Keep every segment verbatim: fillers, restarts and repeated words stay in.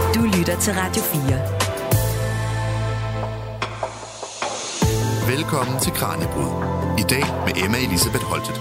Du lytter til Radio fire. Velkommen til Kraniebrud. I dag med Emma Elisabeth Holtet.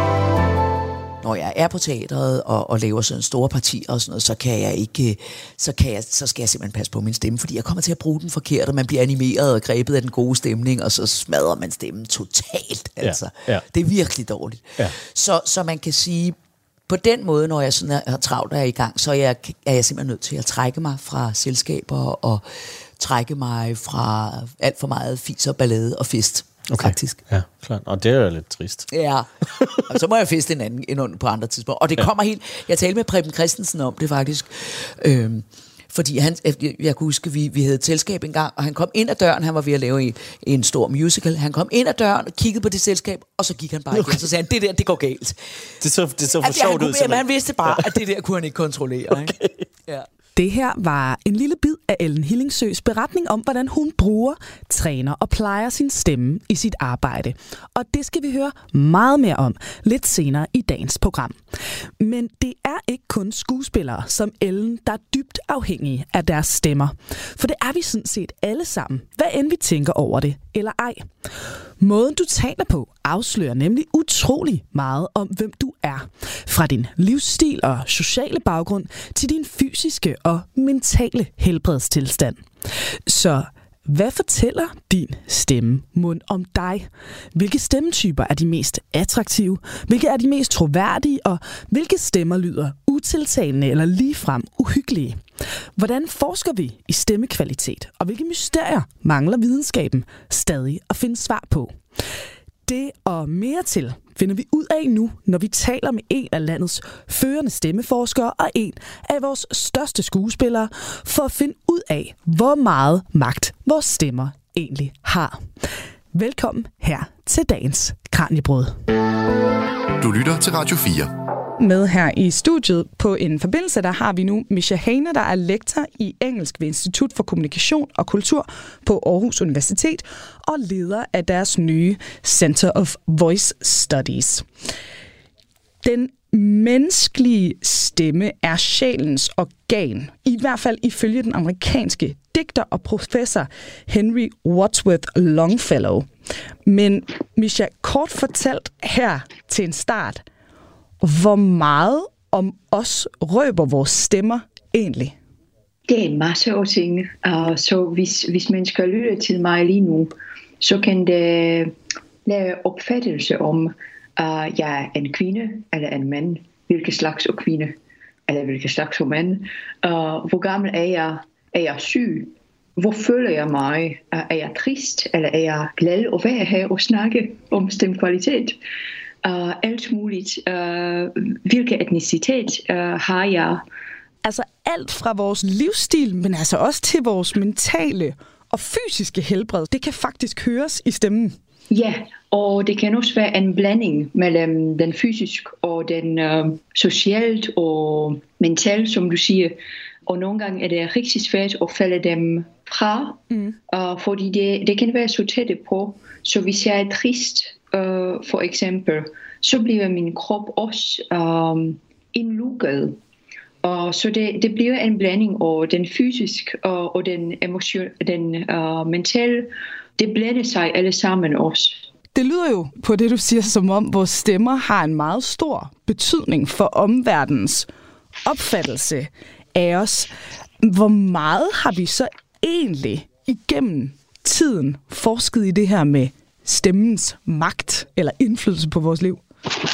Når jeg er på teatret og, og laver sådan store partier og sådan noget, så kan jeg ikke, så kan jeg, så skal jeg simpelthen passe på min stemme, fordi jeg kommer til at bruge den forkert, og man bliver animeret og grebet af den gode stemning, og så smadrer man stemmen totalt. Altså, ja, ja. Det er virkelig dårligt. Ja. Så, så man kan sige, på den måde, når jeg sådan er travlt og er i gang, så er jeg, er jeg simpelthen nødt til at trække mig fra selskaber og trække mig fra alt for meget fis og ballade og fest. Okay. Faktisk. Ja, klart. Og det er jo lidt trist. Ja, og så må jeg feste en anden endnu på andre tidspunkter. Og det ja. kommer helt... Jeg talte med Preben Christensen om det faktisk. Øhm, fordi han, jeg, jeg kunne huske, vi, vi havde et selskab engang, og han kom ind ad døren, han var ved at lave en, en stor musical. Han kom ind ad døren og kiggede på det selskab, og så gik han bare okay. igen. Så sagde han, det der, det går galt. Det så, det så for altså, sjovt han, ud. Men han vidste bare, at det der kunne han ikke kontrollere. Okay. Ikke? Ja. Det her var en lille bid af Ellen Hillingsøs beretning om, hvordan hun bruger, træner og plejer sin stemme i sit arbejde. Og det skal vi høre meget mere om lidt senere i dagens program. Men det er ikke kun skuespillere som Ellen, der er dybt afhængige af deres stemmer. For det er vi sådan set alle sammen, hvad end vi tænker over det eller ej. Måden du taler på afslører nemlig utrolig meget om, hvem du er. Fra din livsstil og sociale baggrund til din fysiske og mentale helbredstilstand. Så hvad fortæller din stemme mund om dig? Hvilke stemmetyper er de mest attraktive? Hvilke er de mest troværdige? Og hvilke stemmer lyder utiltalende eller ligefrem uhyggelige? Hvordan forsker vi i stemmekvalitet? Og hvilke mysterier mangler videnskaben stadig at finde svar på? Det og mere til finder vi ud af nu, når vi taler med en af landets førende stemmeforskere og en af vores største skuespillere, for at finde ud af, hvor meget magt vores stemmer egentlig har. Velkommen her til dagens Kraniebrud. Du lytter til Radio fire. Med her i studiet på en forbindelse, der har vi nu Mischa Hane, der er lektor i engelsk ved Institut for Kommunikation og Kultur på Aarhus Universitet og leder af deres nye Center of Voice Studies. Den menneskelige stemme er sjælens organ, i hvert fald ifølge den amerikanske digter og professor Henry Wadsworth Longfellow. Men Mischa, kort fortalt her til en start, hvor meget om os røber vores stemmer egentlig? Det er en masse af ting. Uh, så hvis, hvis man skal lytte til mig lige nu, så kan det lave opfattelse om, at uh, jeg er en kvinde eller en mand. Hvilke slags af kvinde eller hvilke slags af mand. Uh, hvor gammel er jeg? Er jeg syg? Hvor føler jeg mig? Uh, er jeg trist eller er jeg glad? Og hvad er her og snakke om stemkvalitet? Uh, alt muligt. Uh, hvilken etnicitet uh, har jeg? Altså alt fra vores livsstil, men altså også til vores mentale og fysiske helbred. Det kan faktisk høres i stemmen. Ja, og det kan også være en blanding mellem den fysiske og den uh, socialt og mentalt, som du siger. Og nogle gange er det rigtig svært at falde dem fra, mm. uh, fordi det, det kan være så tætte på. Så hvis jeg er trist, uh, for eksempel, så bliver min krop også um, indlukket. Og så det, det bliver en blanding af den fysiske og, og den emotion, den uh, mentale. Det blander sig alle sammen også. Det lyder jo på det, du siger, som om vores stemmer har en meget stor betydning for omverdenens opfattelse af os. Hvor meget har vi så egentlig igennem tiden forsket i det her med stemmens magt eller indflydelse på vores liv?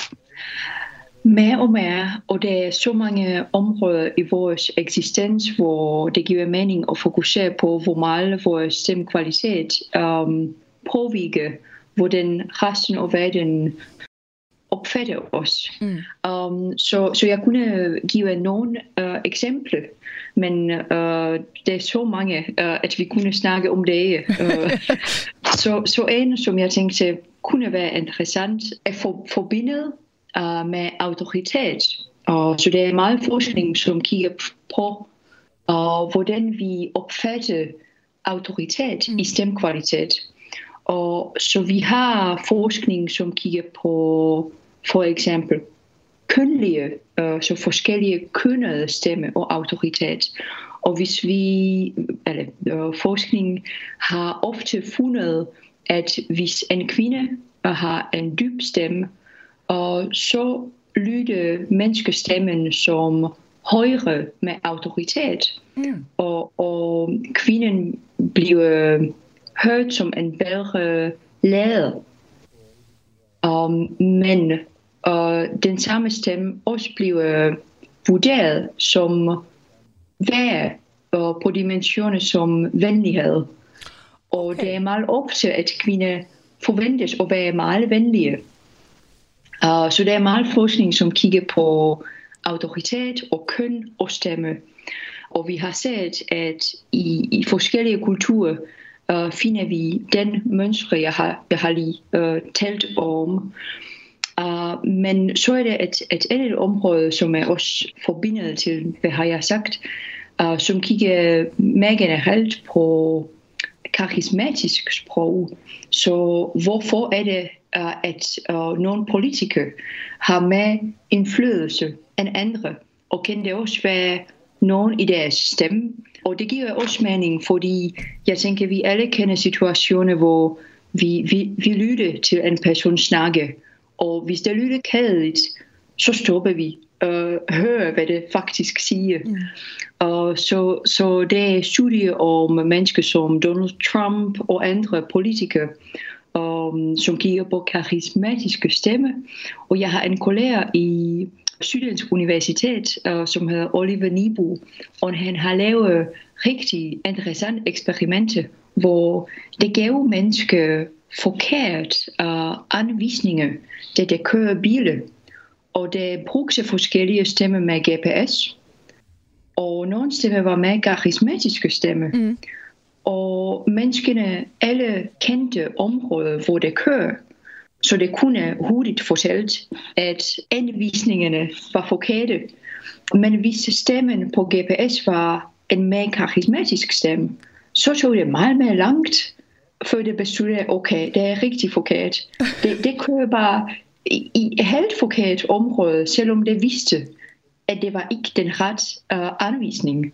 Mere og mere, og der er så mange områder i vores eksistens, hvor det giver mening at fokusere på, hvor meget vores stemmekvalitet um, påvirker, hvordan resten af verden opfatter os. Mm. Um, så, så jeg kunne give nogle uh, eksempler, men uh, der er så mange, uh, at vi kunne snakke om det. Uh, så, så en, som jeg tænkte, kunne være interessant, at for, forbinde uh, med autoritet. Uh, så der er meget forskning, som kigger på, uh, hvordan vi opfatter autoritet mm. i stemmekvalitet. Og så vi har forskning, som kigger på for eksempel kønlige, øh, så forskellige kønnede stemme og autoritet. Og hvis vi, eller øh, forskning har ofte fundet, at hvis en kvinde har en dyb stemme, og så lyder menneskestemmen som højere med autoritet, mm. og, og kvinden bliver hørt som en bedre leder. Um, men uh, den samme stemme også bliver vurderet som værd og på dimensioner som venlighed. Og okay. Det er meget ofte, at kvinder forventes at være meget venlige. Uh, så der er meget forskning, som kigger på autoritet og køn og stemme. Og vi har set, at i, i forskellige kulturer uh, finder vi den mønstre, jeg har, jeg har lige uh, talt om. Uh, men så er det et, et andet område, som er også forbindet til, hvad har jeg sagt, uh, som kigger mere generelt på karismatisk sprog. Så hvorfor er det, uh, at uh, nogle politikere har mere indflydelse end andre, og kan det også være nogen i deres stemme? Og det giver også mening, fordi jeg tænker, at vi alle kender situationer, hvor vi, vi, vi lytter til en person snakke, og hvis det lyder kedeligt, så stopper vi og hører, hvad det faktisk siger. Mm. Og så, så det er studier om mennesker som Donald Trump og andre politikere, um, som kigger på karismatiske stemme. Og jeg har en kollega i Syddansk Universitet, uh, som hedder Oliver Nibu, og han har lavet rigtig interessante eksperimenter, hvor det gav mennesker forkert uh, anvisninger, da det kører biler. Og det brugte forskellige stemmer med G P S. Og nogle stemmer var med karismatiske stemmer. Mm. Og menneskene alle kendte områder, hvor det kører. Så det kunne hurtigt fortalt, at anvisningerne var forkerte. Men hvis stemmen på G P S var en mere karismatisk stemme, så tog det meget mere langt, før det besluttede, okay, det er rigtig forkert. Det, det kører bare i, i et helt forkert område, selvom det vidste, at det var ikke den ret uh, anvisning.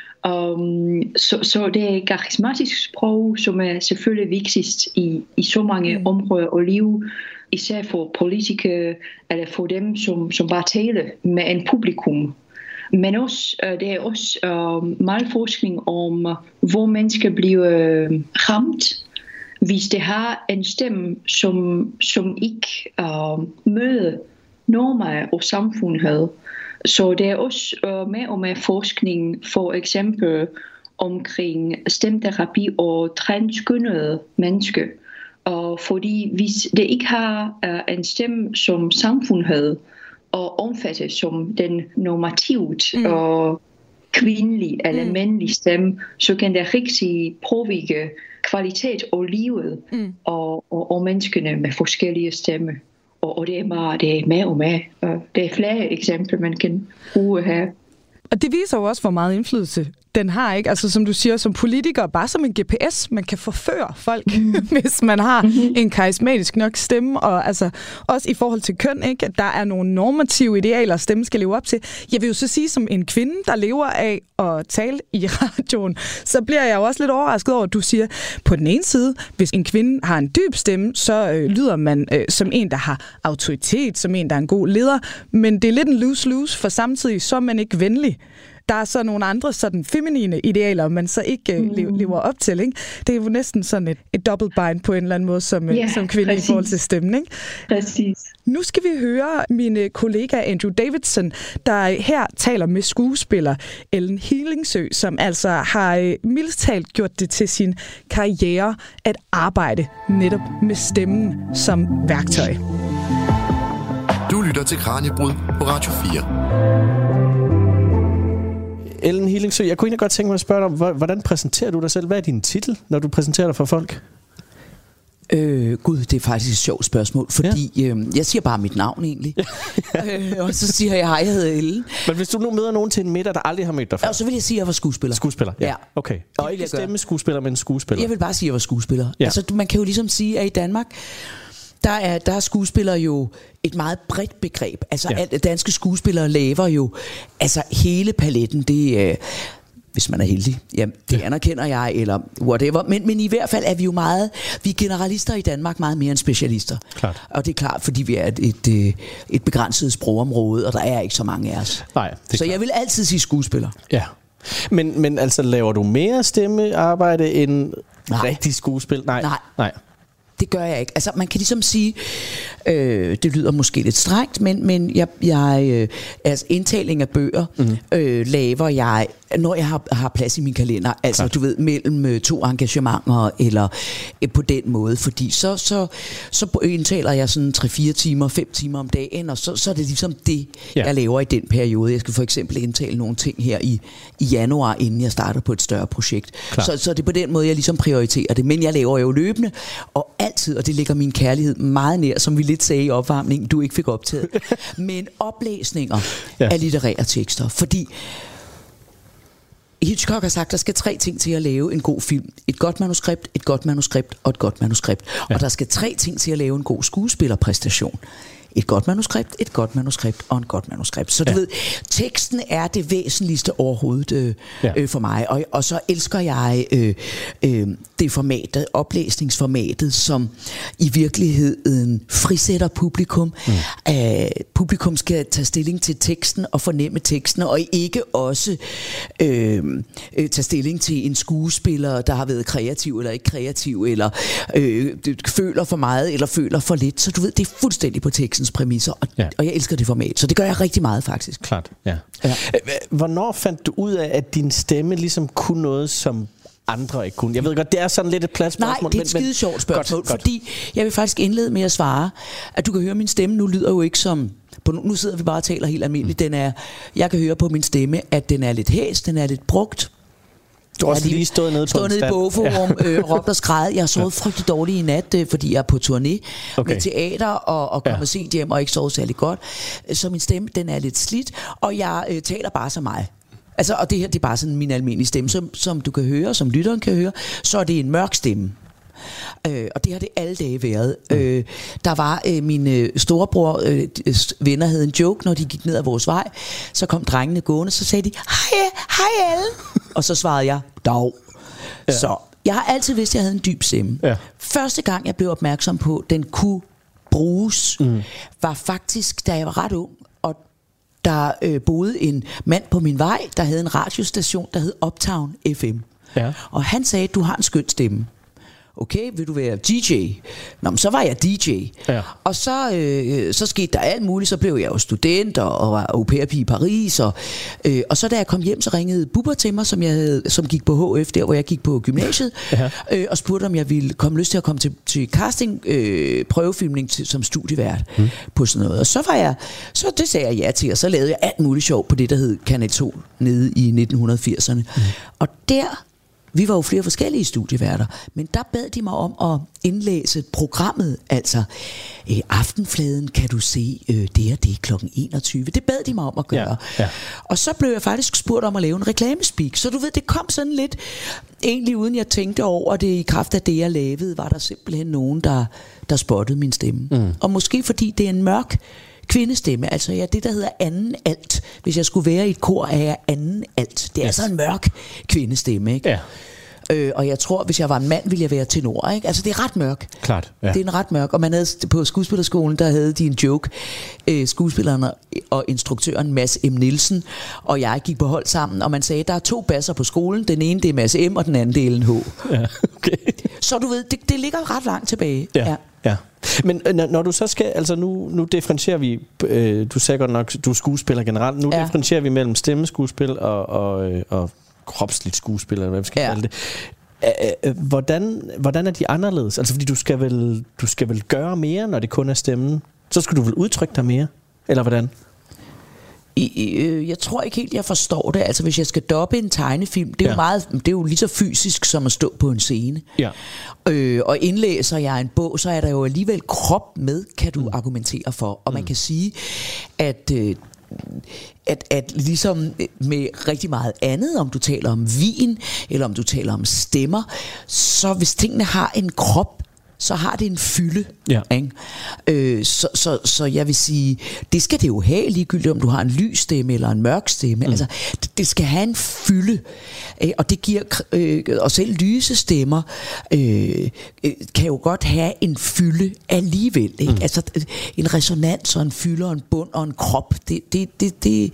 Um, så, så det er karismatisk sprog, som er selvfølgelig vigtigst i, i så mange mm. områder og liv, især for politikere, eller for dem, som, som bare taler med en publikum. Men også, uh, det er også uh, meget forskning om, uh, hvor mennesker bliver uh, ramt, hvis det har en stemme, som, som ikke uh, møder normer og samfundet. Så det er også uh, med og med forskning, for eksempel omkring stemterapi og transkønnede mennesker. Og fordi hvis det ikke har uh, en stemme, som samfundet og omfattes som den normativt mm. og kvindelig eller mm. mandlig stemme, så kan det rigtig påvirke kvalitet og livet mm. og, og, og menneskene med forskellige stemmer. Og, og det er bare det er med og med. Og det er flere eksempler, man kan bruge her. Og det viser jo også, hvor meget indflydelse den har, ikke? Altså som du siger, som politiker, bare som en G P S, man kan forføre folk, mm. hvis man har mm-hmm. en karismatisk nok stemme, og altså også i forhold til køn, ikke? At der er nogle normative idealer, stemmen skal leve op til. Jeg vil jo så sige, som en kvinde, der lever af at tale i radioen, så bliver jeg jo også lidt overrasket over, at du siger, på den ene side, hvis en kvinde har en dyb stemme, så øh, lyder man øh, som en, der har autoritet, som en, der er en god leder, men det er lidt en lose-lose, for samtidig så er man ikke venlig. Der er så nogle andre sådan feminine idealer, man så ikke mm. lever op til, ikke? Det er jo næsten sådan et, et dobbeltbind på en eller anden måde som, yeah, som kvinde præcis. I forhold til stemmen, ikke? Præcis. Nu skal vi høre min kollega Andrew Davidson, der her taler med skuespiller Ellen Hillingsø, som altså har mildest talt gjort det til sin karriere at arbejde netop med stemmen som værktøj. Du lytter til Kraniebrud på Radio fire. Ellen Hillingsø, jeg kunne egentlig godt tænke mig at spørge dig om, hvordan præsenterer du dig selv? Hvad er din titel, når du præsenterer dig for folk? Øh, Gud, det er faktisk et sjovt spørgsmål, fordi ja. øh, jeg siger bare mit navn egentlig. øh, og så siger jeg, hej, jeg hedder Ellen. Men hvis du nu møder nogen til en middag, der aldrig har mødt dig før? Ja, så vil jeg sige, at jeg var skuespiller. Skuespiller, ja. ja. Okay. Og ikke stemme skuespiller, men skuespiller. Jeg vil bare sige, at jeg var skuespiller. Ja. Altså, man kan jo ligesom sige, at i Danmark, der er, der er skuespillere jo et meget bredt begreb. Altså, ja. Danske skuespillere laver jo altså hele paletten. Det er hvis man er heldig. Jamen, det anerkender jeg, eller whatever. Men, men i hvert fald er vi jo meget, vi er generalister i Danmark meget mere end specialister. Klart. Og det er klart, fordi vi er et, et, et begrænset sprogområde, og der er ikke så mange af os. Nej, det er så klart. jeg vil altid sige skuespiller. Ja. Men, men altså, laver du mere stemmearbejde end Nej. rigtig skuespil? Nej. Nej. Nej. Det gør jeg ikke. Altså, man kan ligesom sige, øh, det lyder måske lidt strengt, men, men jeg, jeg øh, altså indtaling af bøger mm. øh, laver jeg, når jeg har, har plads i min kalender. Altså, Klart. du ved, mellem øh, to engagementer, eller øh, på den måde. Fordi så, så, så indtaler jeg sådan tre fire timer, fem timer om dagen, og så, så er det ligesom det, ja. jeg laver i den periode. Jeg skal for eksempel indtale nogle ting her i, i januar, inden jeg starter på et større projekt. Så, så det er på den måde, jeg ligesom prioriterer det. Men jeg laver jo løbende, og altid, og det ligger min kærlighed meget nær, som vi lidt sagde i opvarmningen, du ikke fik optaget. Men oplæsninger ja. af litterære tekster. Fordi Hitchcock har sagt, der skal tre ting til at lave en god film. Et godt manuskript, et godt manuskript og et godt manuskript. Ja. Og der skal tre ting til at lave en god skuespillerpræstation. Et godt manuskript, et godt manuskript og en godt manuskript. Så du ja. ved, teksten er det væsentligste overhovedet øh, ja. øh, for mig. Og, og så elsker jeg øh, øh, det format, oplæsningsformatet, som i virkeligheden frisætter publikum. Mm. Æh, publikum skal tage stilling til teksten og fornemme teksten, og ikke også øh, øh, tage stilling til en skuespiller, der har været kreativ eller ikke kreativ, eller øh, føler for meget eller føler for lidt. Så du ved, det er fuldstændig på teksten præmisser, og, ja. og jeg elsker det format, så det gør jeg rigtig meget faktisk. Klart, ja. ja. Hvornår fandt du ud af, at din stemme ligesom kunne noget, som andre ikke kunne? Jeg ved godt, det er sådan lidt et plat spørgsmål. Nej, det er et skide sjovt spørgsmål, godt, fordi godt. jeg vil faktisk indlede med at svare, at du kan høre min stemme, nu lyder jo ikke som, på, nu sidder vi bare og taler helt almindeligt, den er, jeg kan høre på min stemme, at den er lidt hæs, den er lidt brugt. Du har også lige stået nede på stået nede i bogforum, ja. øh, råbt og skræd. Jeg har sovet frygtelig dårligt i nat, øh, fordi jeg er på turné okay. med teater og, og kommer ja. sent hjem og ikke sovet særlig godt. Så min stemme, den er lidt slidt, og jeg øh, taler bare som mig. Altså, og det her, det er bare sådan min almindelige stemme, som, som du kan høre, som lytteren kan høre, så er det en mørk stemme. Øh, og det har det alle dage været. Mm. Øh, der var øh, min øh, storebror, øh, venner havde en joke, når de gik ned ad vores vej. Så kom drengene gående, så sagde de, hej, hej Ellen. Og så svarede jeg, dag. Ja. Så jeg har altid vidst, at jeg havde en dyb stemme. Ja. Første gang, jeg blev opmærksom på, at den kunne bruges, mm. var faktisk, da jeg var ret ung, og der øh, boede en mand på min vej, der havde en radiostation, der hed Uptown F M. Ja. Og han sagde, du har en skøn stemme. Okay, vil du være D J? Nå, men så var jeg D J. Ja. Og så, øh, så skete der alt muligt. Så blev jeg jo student og, og var au pair-pige i Paris. Og, øh, og så da jeg kom hjem, så ringede Bubber til mig, som, jeg havde, som gik på H F, der hvor jeg gik på gymnasiet. Ja. Øh, og spurgte, om jeg ville komme lyst til at komme til, til casting, øh, prøvefilmning til, som studievært mm. på sådan noget. Og så var jeg, så det sagde jeg ja til, og så lavede jeg alt muligt sjov på det, der hed Kanal to nede i nitten firserne. Mm. Og der... Vi var jo flere forskellige studieværter, men der bad de mig om at indlæse programmet, altså øh, Aftenfladen kan du se, øh, det er det klokken enogtyve. Det bad de mig om at gøre. Ja, ja. Og så blev jeg faktisk spurgt om at lave en reklamespeak. Så du ved, det kom sådan lidt, egentlig uden jeg tænkte over det, i kraft af det, jeg lavede, var der simpelthen nogen, der, der spottede min stemme. Mm. Og måske fordi det er en mørk kvindestemme, altså ja, det der hedder anden alt. Hvis jeg skulle være i et kor, er jeg anden alt. Det er yes. altså en mørk kvindestemme, ikke? Ja. Øh, og jeg tror, hvis jeg var en mand, ville jeg være tenor, ikke? Altså det er ret mørk. Klart, ja. Det er en ret mørk. Og man havde på skuespillerskolen, der havde de en joke. Øh, skuespilleren og instruktøren Mads M. Nielsen og jeg gik på hold sammen, og man sagde, der er to basser på skolen. Den ene, det er Mads M, og den anden, det er Ellen H. Ja, okay. Så du ved, det, det ligger ret langt tilbage. Ja. Ja. Ja. Men når, når du så skal, altså nu, nu differentierer vi, øh, du sagde godt nok, du er skuespiller generelt, nu ja. differentierer vi mellem stemmeskuespil og, og, og kropsligt skuespil, eller hvad vi skal ja. kalde det. Æ, hvordan, hvordan er de anderledes? Altså fordi du skal, vel, du skal vel gøre mere, når det kun er stemmen. Så skal du vel udtrykke dig mere? Eller hvordan? I, øh, jeg tror ikke helt, jeg forstår det. Altså hvis jeg skal dobbe en tegnefilm, det er, ja. jo, meget, det er jo lige så fysisk som at stå på en scene. Ja. Øh, og indlæser jeg en bog, så er der jo alligevel krop med, kan du mm. argumentere for. Og mm. man kan sige, at... Øh, At, at ligesom med rigtig meget andet, om du taler om vin, eller om du taler om stemmer, så hvis tingene har en krop, så har det en fylde. Ja. Ikke? Øh, så, så, så jeg vil sige, det skal det jo have, ligegyldigt om du har en lys stemme eller en mørk stemme. Mm. Altså, det, det skal have en fylde, øh, og det giver, øh, og selv lyse stemmer øh, øh, kan jo godt have en fylde alligevel. Ikke? Mm. Altså en resonans og en fylde og en bund og en krop, det, det, det, det,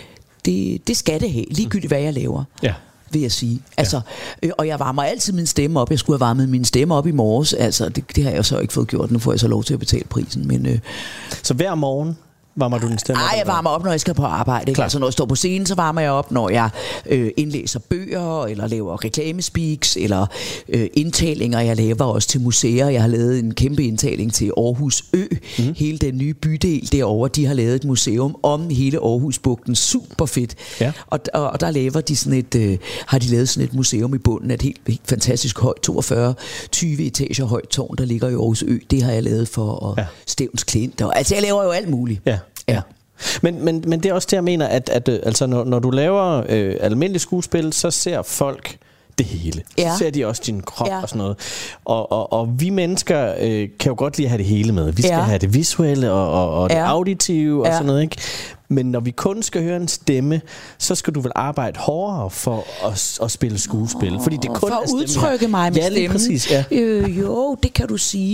det, det skal det have, ligegyldigt hvad jeg laver. Ja. Vil jeg sige. Altså, ja. øh, og jeg varmer altid min stemme op. Jeg skulle have varmet min stemme op i morges. Altså, det, det har jeg så ikke fået gjort. Nu får jeg så lov til at betale prisen. Men, øh, så hver morgen varmer du din stemme op? Nej, jeg varmer op, når jeg skal på arbejde. Ikke? Altså, når jeg står på scenen, så varmer jeg op, når jeg øh, indlæser bøger, eller laver reklamespeaks, eller øh, indtalinger. Jeg laver også til museer. Jeg har lavet en kæmpe indtaling til Aarhus Ø. Mm. Hele den nye bydel derovre, de har lavet et museum om hele Aarhusbugten. Super fedt. Ja. Og, og, og der laver de sådan et, øh, har de lavet sådan et museum i bunden af et helt, helt fantastisk højt, toogfyrre tyve etager højt tårn, der ligger i Aarhus Ø. Det har jeg lavet for ja. Stevns Klint. Og, altså, jeg laver jo alt muligt. Ja. Ja. Men, men, men det er også det, jeg mener, at, at altså, når, når du laver øh, almindelig skuespil, så ser folk det hele. Ja. Så ser de også din krop ja. og sådan noget. Og, og, og vi mennesker øh, kan jo godt lide at have det hele med. Vi skal ja. have det visuelle og, og, og det ja. auditive og ja. sådan noget, ikke? Men når vi kun skal høre en stemme, så skal du vel arbejde hårdere for at, at spille skuespil. Fordi det kun for at udtrykke mig med ja, stemmen. Præcis, ja. øh, jo, det kan du sige,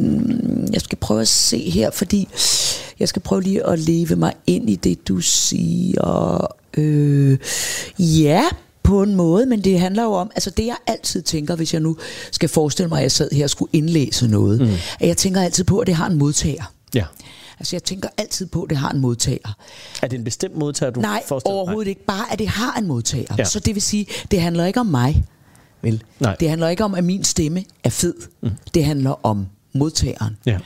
men jeg skal prøve at se her, fordi jeg skal prøve lige at leve mig ind i det, du siger. Øh, ja, på en måde, men det handler jo om, altså det jeg altid tænker, hvis jeg nu skal forestille mig, at jeg sad her og skulle indlæse noget, mm. at jeg tænker altid på, at det har en modtager. Ja. Altså jeg tænker altid på, at det har en modtager. Er det en bestemt modtager, du Nej, forestiller dig? overhovedet ikke. Bare, at det har en modtager. Ja. Så det vil sige, det handler ikke om mig. Vel? Nej. Det handler ikke om, at min stemme er fed. Mm. Det handler om modtageren. Ja.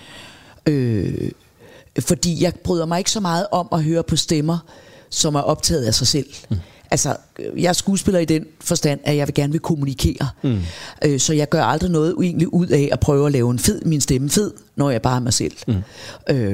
Øh, fordi jeg bryder mig ikke så meget om at høre på stemmer, som er optaget af sig selv. Mm. Altså, jeg er skuespiller i den forstand, at jeg vil gerne vil kommunikere. Mm. Øh, så jeg gør aldrig noget egentlig ud af at prøve at lave en fed, min stemme fed, når jeg bare er mig selv. Mm. Øh,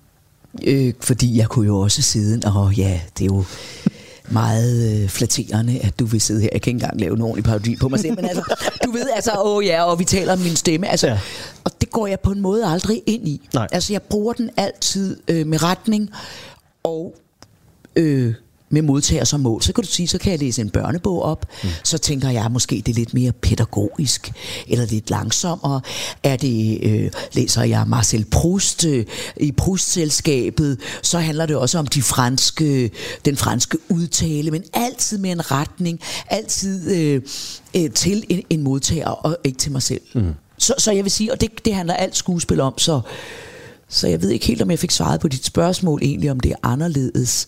øh, fordi jeg kunne jo også sidde, og ja, det er jo meget øh, flatterende, at du vil sidde her. Jeg kan ikke engang lave en ordentlig parodi på mig selv, men altså, du ved, altså, åh ja, og vi taler om min stemme. Altså, ja. Og det går jeg på en måde aldrig ind i. Nej. Altså, jeg bruger den altid øh, med retning, og øh, med modtager som mål. Så kan du sige, så kan jeg læse en børnebog op. Mm. Så tænker jeg måske, det er lidt mere pædagogisk, eller lidt langsommere. Er det, øh, læser jeg Marcel Proust øh, i Proust-selskabet, så handler det også om de franske, den franske udtale, men altid med en retning, altid øh, øh, til en, en modtager, og ikke til mig selv. Mm. Så, så jeg vil sige, og det, det handler alt skuespil om, så, så jeg ved ikke helt, om jeg fik svaret på dit spørgsmål egentlig, om det er anderledes.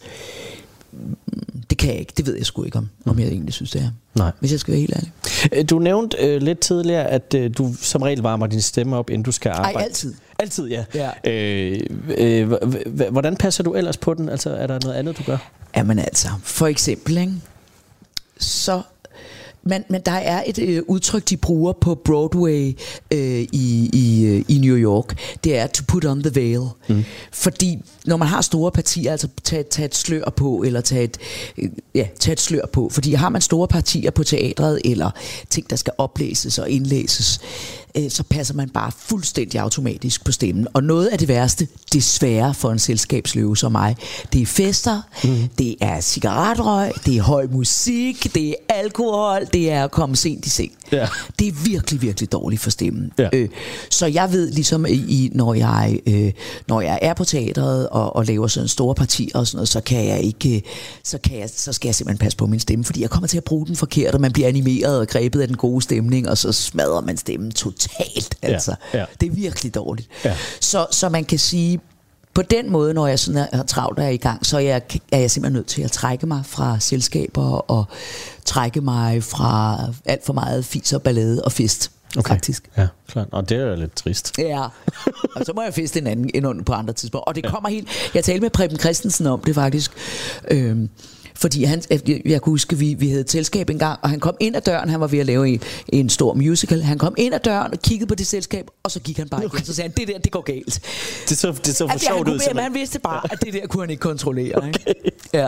Det kan jeg ikke. Det ved jeg sgu ikke om, om jeg egentlig synes, det er. Nej. Hvis jeg skal være helt ærlig. Du nævnte øh, lidt tidligere, at øh, du som regel varmer din stemme op, inden du skal arbejde. Nej, altid. Altid, ja. ja. Øh, øh, hvordan passer du ellers på den? Altså, er der noget andet, du gør? Jamen altså, for eksempel, ikke? Så... Men, men der er et øh, udtryk, de bruger på Broadway øh, i, i, i New York. Det er to put on the veil. Mm. Fordi når man har store partier, altså tage, tage et slør på, eller tage et, øh, ja, tage et slør på. Fordi har man store partier på teatret, eller ting, der skal oplæses og indlæses, øh, så passer man bare fuldstændig automatisk på stemmen. Og noget af det værste, desværre for en selskabsløve som mig, det er fester, mm. det er cigaretrøg, det er høj musik, det er alkohol, det er at komme sent i seng. Ja. Det er virkelig, virkelig dårligt for stemmen. Ja. Øh, så jeg ved ligesom, i, når, jeg, øh, når jeg er på teatret og, og laver sådan store partier og sådan noget, så kan jeg ikke, så, kan jeg, så skal jeg simpelthen passe på min stemme, fordi jeg kommer til at bruge den forkert, og man bliver animeret og grebet af den gode stemning, og så smadrer man stemmen totalt. Altså. Ja. Ja. Det er virkelig dårligt. Ja. Så, så man kan sige, på den måde, når jeg sådan er travlt og er i gang, så er jeg, er jeg simpelthen nødt til at trække mig fra selskaber og trække mig fra alt for meget fis og ballade og fest. Okay. Faktisk. Ja, klart. Og det er jo lidt trist. Ja, og så må jeg feste en anden endnu på andre tidspunkter. Og det kommer ja. helt... Jeg talte med Preben Christensen om det faktisk. Øhm, fordi han, jeg kunne huske, vi, vi havde et selskab engang, og han kom ind ad døren, han var ved at lave en, en stor musical. Han kom ind ad døren og kiggede på det selskab, og så gik han bare igen. Så sagde han, det der, det går galt. Det så, det så for altså, sjovt ud. Men han vidste bare, at det der kunne han ikke kontrollere. Okay. Ikke? Ja.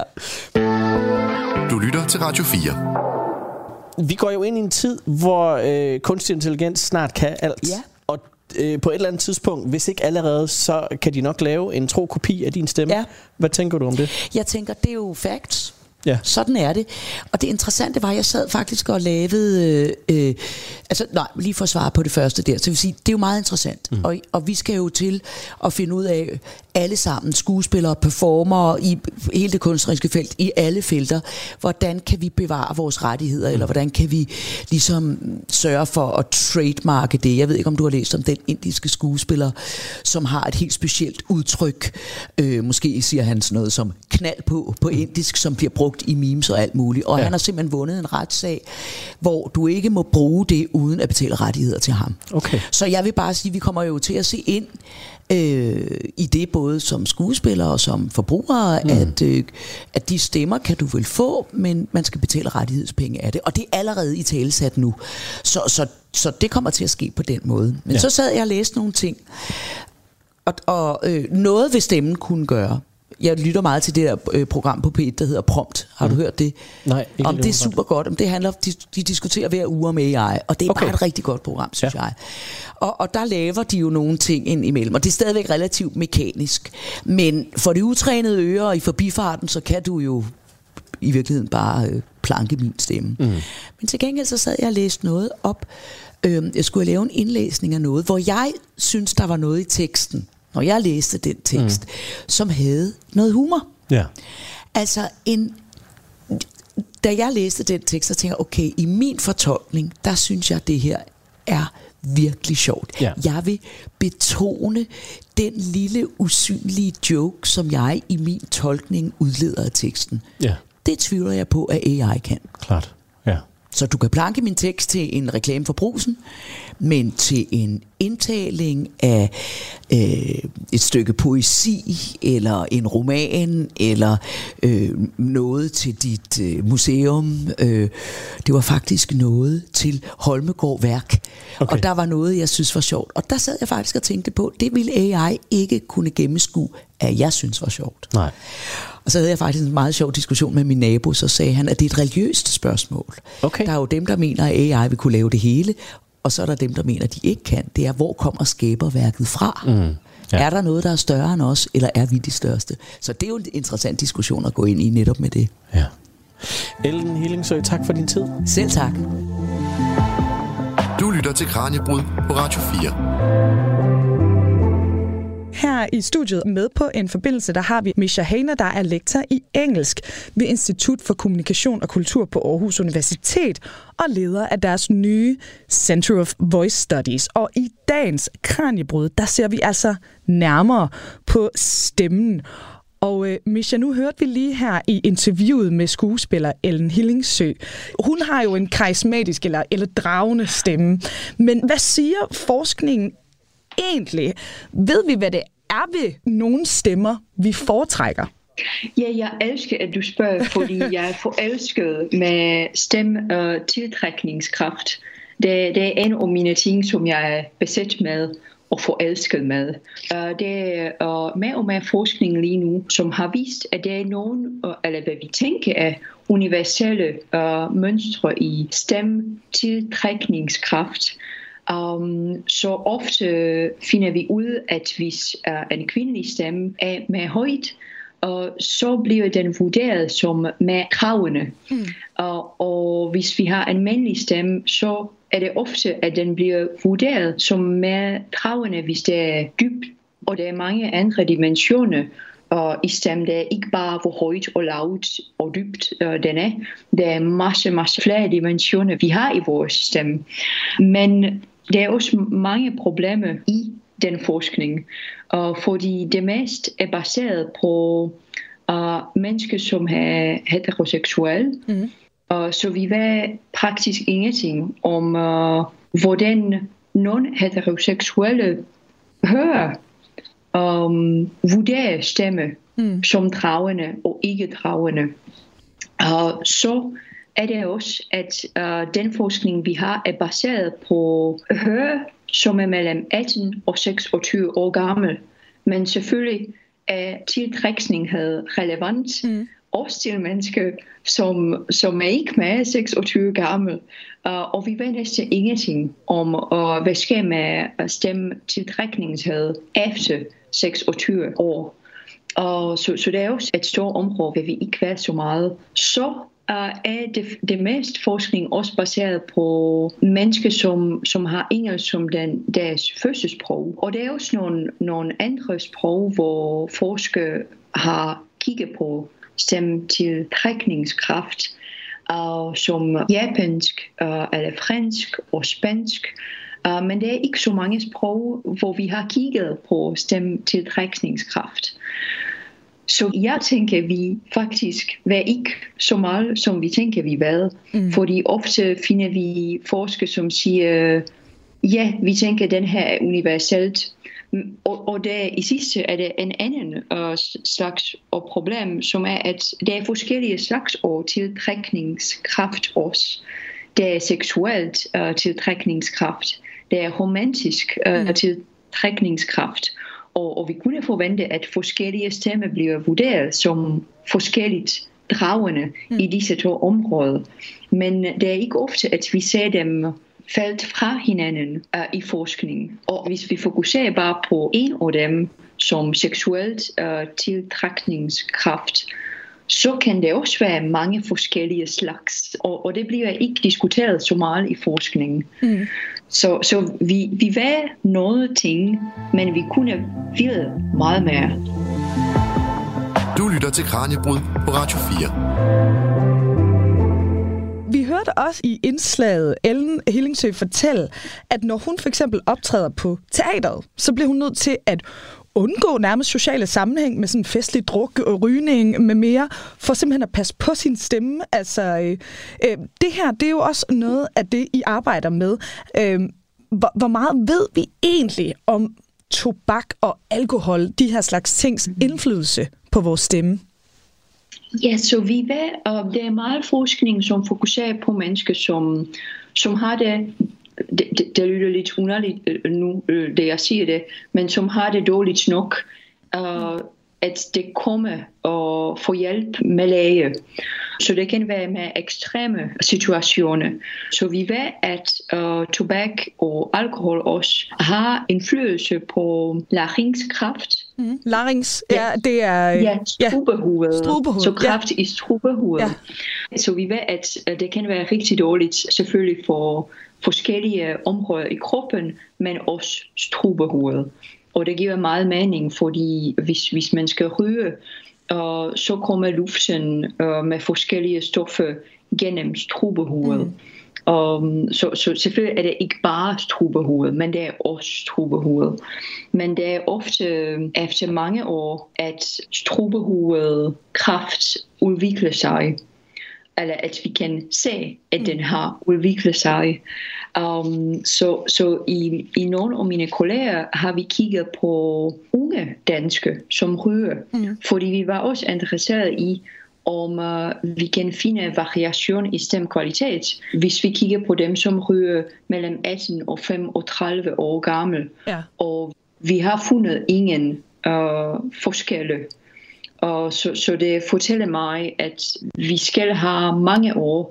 Du lytter til Radio fire. Vi går jo ind i en tid, hvor øh, kunstig intelligens snart kan alt. Ja. Og øh, på et eller andet tidspunkt, hvis ikke allerede, så kan de nok lave en tro kopi af din stemme. Ja. Hvad tænker du om det? Jeg tænker, det er jo facts. Ja. Sådan er det. Og det interessante var, at jeg sad faktisk og lavede... Øh, øh, altså, nej, lige for at svare på det første der. Så det vil sige, det er jo meget interessant. Mm. Og, og vi skal jo til at finde ud af, alle sammen, skuespillere, performere, i hele det kunstneriske felt, i alle felter, hvordan kan vi bevare vores rettigheder, mm. eller hvordan kan vi ligesom sørge for at trademarke det. Jeg ved ikke, om du har læst om den indiske skuespiller, som har et helt specielt udtryk. Øh, måske siger han sådan noget som knald på, på indisk, som bliver brugt i memes og alt muligt. Og ja. han har simpelthen vundet en retssag, hvor du ikke må bruge det, uden at betale rettigheder til ham. Okay. Så jeg vil bare sige, at vi kommer jo til at se ind øh, i det, både som skuespillere og som forbrugere, mm. at, øh, at de stemmer kan du vel få, men man skal betale rettighedspenge af det. Og det er allerede i talesat nu. Så, så, så det kommer til at ske på den måde. Men ja. så sad jeg og læste nogle ting, og, og øh, noget ved stemmen kunne gøre. Jeg lytter meget til det der øh, program på P et, der hedder Prompt. Har du mm. hørt det? Nej, ikke om det er super godt. Om det handler, de, de diskuterer hver uge med A I, og det er okay. bare et rigtig godt program, synes ja. jeg. Og, og der laver de jo nogle ting ind imellem, og det er stadigvæk relativt mekanisk. Men for det utrænede ører og i forbifarten, så kan du jo i virkeligheden bare øh, planke min stemme. Mm. Men til gengæld så sad jeg og læste noget op. Øh, jeg skulle lave en indlæsning af noget, hvor jeg synes, der var noget i teksten, når jeg læste den tekst, mm. som havde noget humor. Ja. Altså, en, da jeg læste den tekst, så tænkte jeg, okay, i min fortolkning, der synes jeg, det her er virkelig sjovt. Ja. Jeg vil betone den lille usynlige joke, som jeg i min tolkning udleder af teksten. Ja. Det tvivler jeg på, at A I kan. Klart, ja. Så du kan planke min tekst til en reklame for Brugsen, men til en indtaling af øh, et stykke poesi, eller en roman, eller øh, noget til dit øh, museum. Øh, det var faktisk noget til Holmegaard Værk. Okay. Og der var noget, jeg synes var sjovt. Og der sad jeg faktisk og tænkte på, det ville A I ikke kunne gennemskue, at jeg synes var sjovt. Nej. Og så havde jeg faktisk en meget sjov diskussion med min nabo, så sagde han, at det er et religiøst spørgsmål. Okay. Der er jo dem, der mener, at A I vil kunne lave det hele, og så er der dem, der mener, at de ikke kan. Det er, hvor kommer skaberværket fra? Mm. Ja. Er der noget, der er større end os, eller er vi de største? Så det er jo en interessant diskussion at gå ind i netop med det. Ja. Ellen Hillingsø, tak for din tid. Selv tak. Du lytter til Kraniebrud på Radio fire. Her i studiet med på en forbindelse, der har vi Misha Haner, der er lektor i engelsk ved Institut for Kommunikation og Kultur på Aarhus Universitet og leder af deres nye Center of Voice Studies. Og i dagens Kraniebrud, der ser vi altså nærmere på stemmen. Og øh, Misha, nu hørte vi lige her i interviewet med skuespiller Ellen Hillingsø. Hun har jo en karismatisk eller, eller dragende stemme. Men hvad siger forskningen egentlig? Ved vi, hvad det er ved nogle stemmer, vi foretrækker? Ja, jeg elsker, at du spørger, fordi jeg er forelsket med stemme og tiltrækningskraft. Det, det er en af mine ting, som jeg er besat med og forelsket med. Det er mere og mere forskning lige nu, som har vist, at det er nogen, eller hvad vi tænker er universelle uh, mønstre i stemme tiltrækningskraft. Um, så ofte finder vi ud, at hvis uh, en kvindelig stemme er mere højt, uh, så bliver den vurderet som mere kravende. Mm. Uh, og hvis vi har en mandlig stemme, så er det ofte, at den bliver vurderet som mere kravende, hvis det er dybt. Og der er mange andre dimensioner uh, i stemmen. Det er ikke bare, hvor højt og lavt og dybt uh, den er. Der er masse, masse flere dimensioner, vi har i vores stemme. Men der er også mange problemer i den forskning, uh, fordi det mest er baseret på uh, mennesker, som er heteroseksuelle. Mm. Uh, så vi ved praktisk ingenting om, uh, hvordan non-heteroseksuelle hører um, vurderer stemme mm. som dragende og ikke dragende. Uh, så er det også, at uh, den forskning, vi har, er baseret på høre, som er mellem atten og seksogtyve år gammel. Men selvfølgelig er tiltrækning relevant, mm. også til mennesker, som, som er ikke mere seksogtyve gammel, uh, og vi ved næsten ingenting om, uh, hvad sker med stemmetiltrækningshed efter seksogtyve år. Og så, så det er også et stort område, hvor vi ikke ved så meget. Så uh, er det, det mest forskning også baseret på mennesker, som, som har engelsk som den, deres fødselssprog. Og det er også nogle, nogle andre sprog, hvor forskere har kigget på stemmetiltrækningskraft, uh, som japansk, uh, eller fransk og spansk. Uh, men det er ikke så mange sprog, hvor vi har kigget på stemmetiltrækningskraft. Så jeg tænker, vi faktisk var ikke så meget, som vi tænker, vi var. Mm. Fordi ofte finder vi forskere, som siger, ja, vi tænker, at den her er universelt. Og, og der, i sidste er det en anden uh, slags og problem, som er, at der er forskellige slags og tiltrækningskraft også. Der er seksuelt uh, tiltrækningskraft. Der er romantisk uh, mm. tiltrækningskraft. Og, og vi kunne forvente, at forskellige stemmer bliver vurderet som forskelligt dragende mm. i disse to områder. Men det er ikke ofte, at vi ser dem faldt fra hinanden uh, i forskning. Og hvis vi fokuserer bare på en af dem som seksuelt uh, tiltrækningskraft, så kan det også være mange forskellige slags. Og, og det bliver ikke diskuteret så meget i forskningen. Mm. Så, så vi, vi ved noget ting, men vi kunne vide meget mere. Du lytter til Kraniebrud på Radio fire. Vi hørte også i indslaget Ellen Hillingsø fortælle, at når hun for eksempel optræder på teateret, så bliver hun nødt til at undgå nærmest sociale sammenhæng med sådan festlig druk og rygning med mere, for simpelthen at passe på sin stemme. Altså, øh, øh, det her, det er jo også noget af det, I arbejder med. Øh, hvor, hvor meget ved vi egentlig om tobak og alkohol, de her slags tings indflydelse på vores stemme? Ja, så vi ved, og der er meget forskning, som fokuserer på mennesker, som, som har det, det, det, det lyder lidt underligt nu, det jeg siger det, men som har det dårligt nok, uh, at det kommer og får hjælp med læge. Så det kan være med ekstreme situationer. Så vi ved, at uh, tobak og alkohol også har indflydelse på larynxkræft. Mm. Larynx, ja, det er... Ja, strubehovedet. Ja, strubehovedet. Så kræft ja. i strubehovedet. Ja. Så vi ved, at det kan være rigtig dårligt, selvfølgelig for forskellige områder i kroppen, men også strubehovedet. Og det giver meget mening, fordi hvis, hvis man skal ryge, uh, så kommer luften uh, med forskellige stoffer gennem strubehovedet. Mm. Um, så, så selvfølgelig er det ikke bare strubehovedet, men det er også strubehovedet. Men det er ofte efter mange år, at strubehovedet kræft udvikler sig. Eller at vi kan se, at den har udviklet sig. Um, så så i, i nogle af mine kolleger har vi kigget på unge danske, som ryger. Mm. Fordi vi var også interesseret i, om uh, vi kan finde variation i stemkvalitet, hvis vi kigger på dem, som ryger mellem atten og femogtredive år gammel. Ja. Og vi har fundet ingen uh, forskelle. Og så, så det fortæller mig, at vi skal have mange år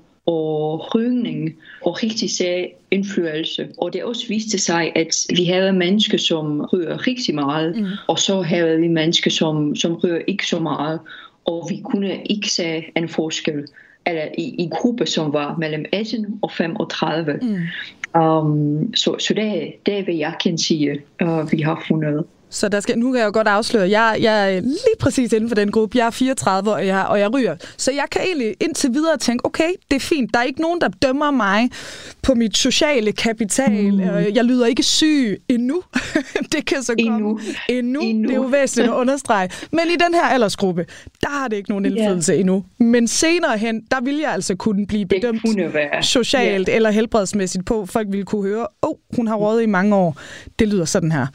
og rygning og rigtig se indflydelse. Og det også viste sig, at vi havde mennesker, som ryger rigtig meget, mm. og så havde vi mennesker, som, som ryger ikke så meget. Og vi kunne ikke se en forskel eller i, i grupper, som var mellem atten og femogtredive. Mm. Um, så så det, det er, hvad jeg kan sige, uh, vi har fundet. Så der skal, nu kan jeg jo godt afsløre, jeg, jeg er lige præcis inden for den gruppe. Jeg er fireogtredive, og jeg, og jeg ryger. Så jeg kan egentlig indtil videre tænke, okay, det er fint. Der er ikke nogen, der dømmer mig på mit sociale kapital. Mm. Jeg lyder ikke syg endnu. Det kan så komme endnu. endnu. endnu. Det er jo væsentligt at understrege. Men i den her aldersgruppe, der har det ikke nogen indflydelse yeah. endnu. Men senere hen, der vil jeg altså kunne blive bedømt socialt yeah. eller helbredsmæssigt på. Folk ville kunne høre, åh, oh, hun har røget i mange år. Det lyder sådan her.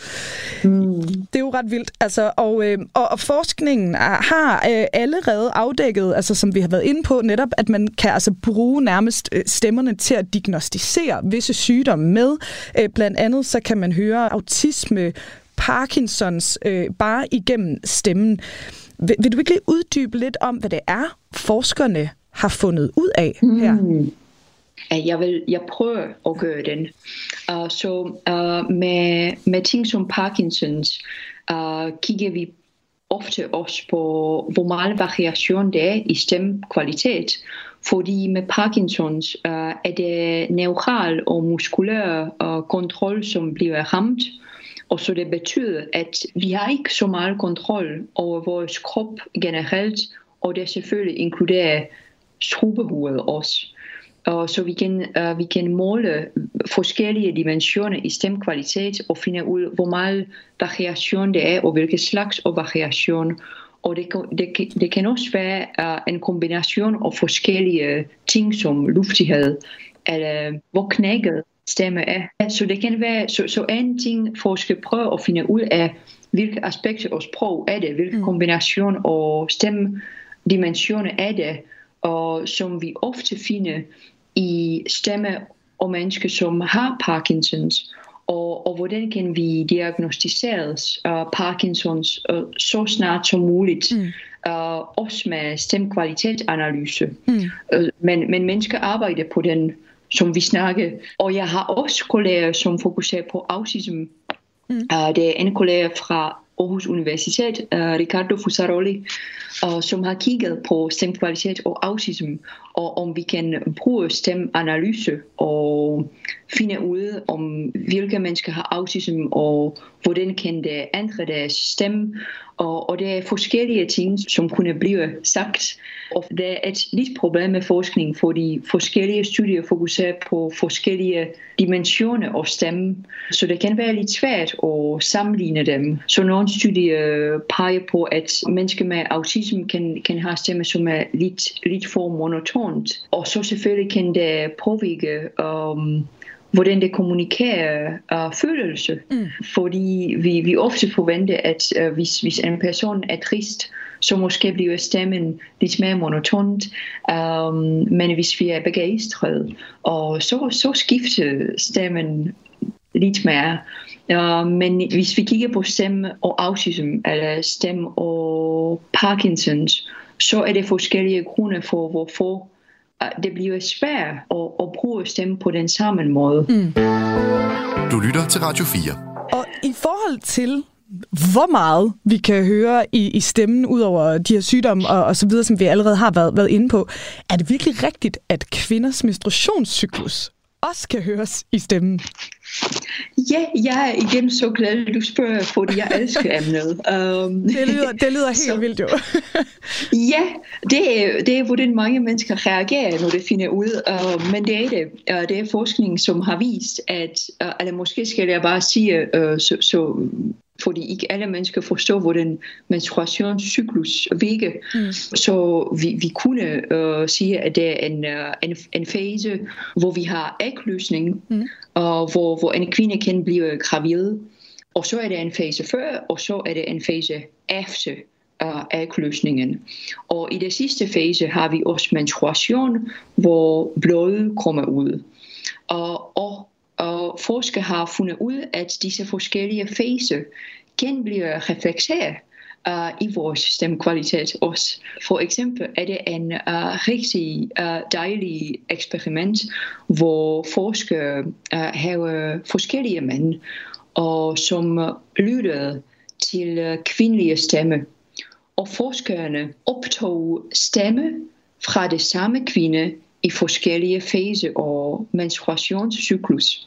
Mm. Det er jo ret vildt. Altså, og, øh, og, og forskningen har øh, allerede afdækket, altså, som vi har været inde på, netop, at man kan altså bruge nærmest øh, stemmerne til at diagnostisere visse sygdomme med. Øh, blandt andet så kan man høre autisme, Parkinsons, øh, bare igennem stemmen. Vil, vil du ikke lige uddybe lidt om, hvad det er, forskerne har fundet ud af her? Mm. Jeg vil jeg prøver at gøre den. Uh, så uh, med, med ting som Parkinsons uh, kigger vi ofte også på, hvor meget variation det er i stemmekvalitet. Fordi med Parkinsons uh, er det neural og muskulær uh, kontrol, som bliver ramt. Og så det betyder, at vi har ikke så meget kontrol over vores krop generelt, og det selvfølgelig inkluderer strubehovedet også. Og så vi kan, uh, vi kan måle forskellige dimensioner i stemmekvalitet og finde ud, hvor meget variation det er, og hvilke slags variation. Og det, det, det kan også være uh, en kombination af forskellige ting, som luftighed, eller hvor knækket stemme er. Så det kan være, så, så en ting, forskere prøver at finde ud af, hvilke aspekter af sprog er det, hvilke kombination af stemmedimensioner er det, og som vi ofte finder i stemme og mennesker, som har Parkinsons, og, og hvordan kan vi diagnostisere uh, Parkinsons uh, så snart som muligt, mm. uh, også med stemmekvalitetsanalyse. Mm. Uh, men, men mennesker arbejder på den, som vi snakker. Og jeg har også kolleger, som fokuserer på autism. Mm. Uh, det er en kollega fra Aarhus Universitet, uh, Riccardo Fusaroli, uh, som har kigget på stemmekvalitet og autism, og om vi kan bruge stemmeanalyse og finde ud om, hvilke mennesker har autism, og hvordan kan det ændre deres stemme. Og, og det er forskellige ting, som kunne blive sagt. Og det er et lidt problem med forskning, fordi forskellige studier fokuserer på forskellige dimensioner af stemmen. Så det kan være lidt svært at sammenligne dem. Så nogle studier peger på, at mennesker med autism kan, kan have stemme, som er lidt, lidt for monotont. Og så selvfølgelig kan det påvirke um, hvordan det kommunikerer uh, følelse. Mm. Fordi vi, vi ofte forventer, at uh, hvis, hvis en person er trist, så måske bliver stemmen lidt mere monotont. Um, men hvis vi er begejstrede, og så, så skifter stemmen lidt mere. Uh, men hvis vi kigger på stemme og autism, eller stemme og Parkinsons, så er det forskellige grunde for, hvorfor det bliver svært at, at bruge stemme på den samme måde. Mm. Du lytter til Radio fire. Og i forhold til, hvor meget vi kan høre i, i stemmen, ud over de her sygdomme og, og så videre, som vi allerede har været, været inde på, er det virkelig rigtigt, at kvinders menstruationscyklus også kan høres i stemmen? Ja, jeg er igen så glad, at du spørger, fordi jeg elsker emnet. Um, det, lyder, det lyder helt så vildt jo. Ja, det er, det er, hvordan mange mennesker reagerer, når det finder ud. Uh, men det er det. Uh, det er forskning, som har vist, at, uh, eller måske skal jeg bare sige, uh, så, så fordi ikke alle mennesker forstår, hvordan menstruationscyklus virker. Mm. Så vi, vi kunne uh, sige, at det er en, uh, en, en fase, hvor vi har ægløsning, mm. og hvor, hvor en kvinde kan blive gravid. Og så er det en fase før, og så er det en fase efter uh, ægløsningen. Og i den sidste fase har vi også menstruation, hvor blodet kommer ud. Og, og Og forskere har fundet ud, at disse forskellige faser kan blive reflekteret uh, i vores stemmekvalitet også. For eksempel er det en uh, rigtig uh, dejlig eksperiment, hvor forskere uh, har forskellige mænd, og som uh, lytter til uh, kvindelige stemme. Og forskerne optog stemme fra det samme kvinde i forskellige faser og menstruationscyklus.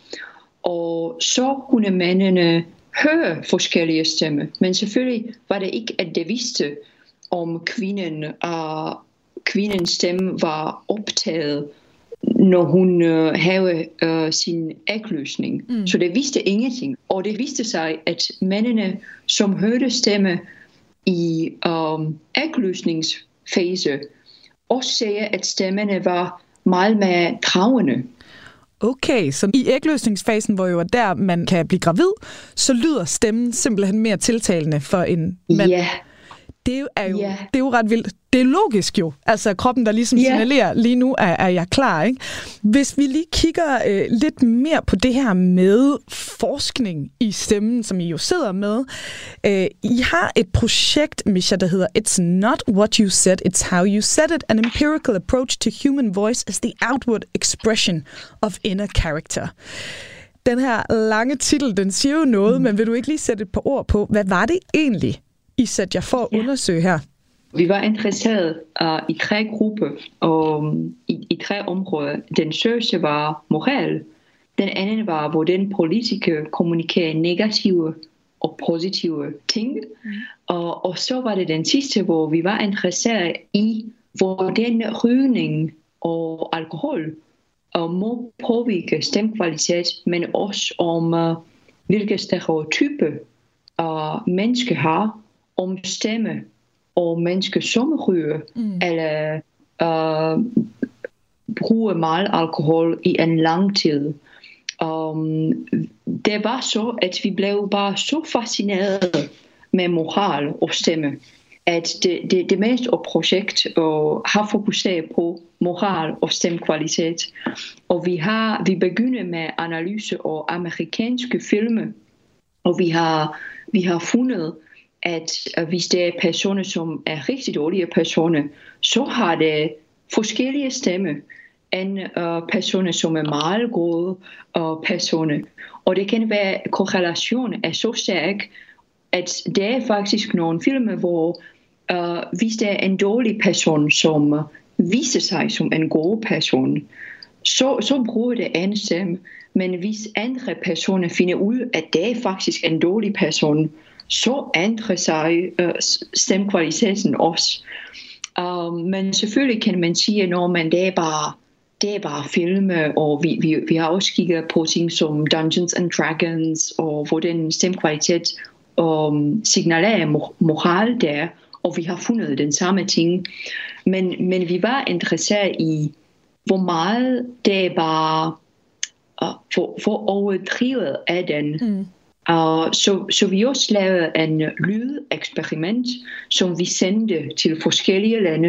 Og så kunne mændene høre forskellige stemmer, men selvfølgelig var det ikke, at det vidste, om kvinden, uh, kvindens stemme var optaget, når hun uh, havde uh, sin ægløsning. Mm. Så det vidste ingenting. Og det viste sig, at mændene, som hørte stemme i um, ægløsningsfase, også sagde, at stemmerne var meget mere dragende. Okay, så i ægløsningsfasen, hvor jo er der, man kan blive gravid, så lyder stemmen simpelthen mere tiltalende for en mand. Ja, Det er jo, yeah. det er jo ret vildt. Det er logisk jo. Altså kroppen, der ligesom yeah. signalerer, lige nu er, er jeg klar, ikke? Hvis vi lige kigger øh, lidt mere på det her med forskning i stemmen, som I jo sidder med. Øh, I har et projekt, Misha, der hedder It's not what you said, it's how you said it. An empirical approach to human voice as the outward expression of inner character. Den her lange titel, den siger jo noget, mm. men vil du ikke lige sætte et par ord på, hvad var det egentlig, I satte jer for at undersøge her? Vi var interesseret uh, i tre grupper og i, i tre områder. Den første var moral. Den anden var, hvordan politikere kommunikerer negative og positive ting. Mm. Og, og så var det den sidste, hvor vi var interesseret i, hvordan rygning og alkohol og må påvirke stemkvalitet, men også om uh, hvilke stereotyper uh, mennesker har om stemme og mennesker som ryger mm. eller uh, bruger meget alkohol i en lang tid. Um, det var så, at vi blev bare så fascineret med moral og stemme, at det, det, det meste af projekt og har fokuseret på moral og stemkvalitet. Og vi har vi begynder med analyse af amerikanske film, og vi har vi har fundet, at hvis det er personer, som er rigtig dårlige personer, så har det forskellige stemmer end uh, personer, som er meget gode uh, personer. Og det kan være, at korrelationen er så stærk, at det er faktisk nogle filmer, hvor uh, hvis det er en dårlig person, som viser sig som en god person, så, så bruger det en stemme. Men hvis andre personer finder ud, at det er faktisk en dårlig person, så ændrer sig uh, stemkvaliteten også. Um, men selvfølgelig kan man sige, at man, det er bare det er bare film, og vi, vi, vi har også kigget på ting som Dungeons and Dragons, og hvordan stemkvalitet um, signalerer moral der, og vi har fundet den samme ting. Men, men vi var interesseret i, hvor meget det er bare, uh, hvor, hvor overdrivet er den. Mm. Uh, så, så vi også lavede en lydeksperiment, som vi sendte til forskellige lande,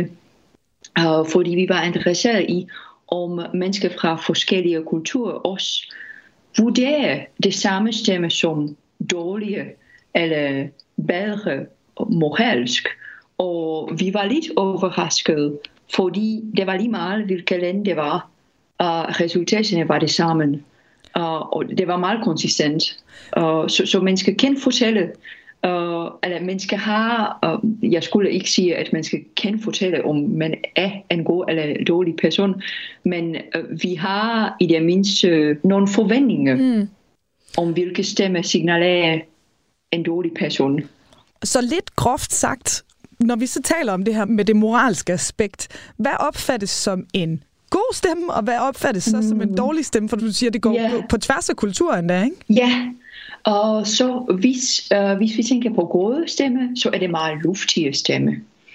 uh, fordi vi var interesseret i, om mennesker fra forskellige kulturer også vurderer det samme stemme som dårlige eller bedre moralsk. Og vi var lidt overrasket, fordi det var lige meget, hvilke lande det var, og resultaterne var det samme. Uh, og det var meget konsistent. Uh, så, så man skal kan fortælle, uh, eller man skal have, uh, jeg skulle ikke sige, at man skal kan fortælle, om man er en god eller dårlig person, men uh, vi har i det mindste uh, nogle forventninger mm. om, hvilke stemme signalerer en dårlig person. Så lidt groft sagt, når vi så taler om det her med det moralske aspekt, hvad opfattes som en god stemme, og hvad opfattes så som en dårlig stemme? For du siger, det går yeah. på, på tværs af kulturen der, ikke? Ja, yeah. Og så hvis, uh, hvis vi tænker på gode stemme, så er det meget luftige stemme.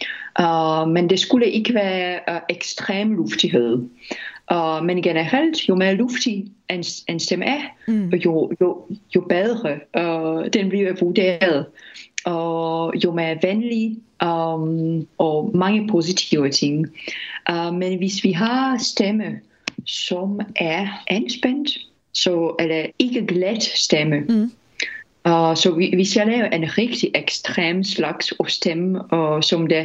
Uh, men det skulle ikke være uh, ekstrem luftighed. Uh, men generelt, jo mere luftig en, en stemme er, mm. jo, jo, jo bedre uh, den bliver vurderet. Og jo mere venlig um, og mange positive ting. Uh, men hvis vi har stemme, som er anspændt, så er det ikke glat stemme. Mm. Uh, så hvis jeg laver en rigtig ekstrem slags stemme, og som det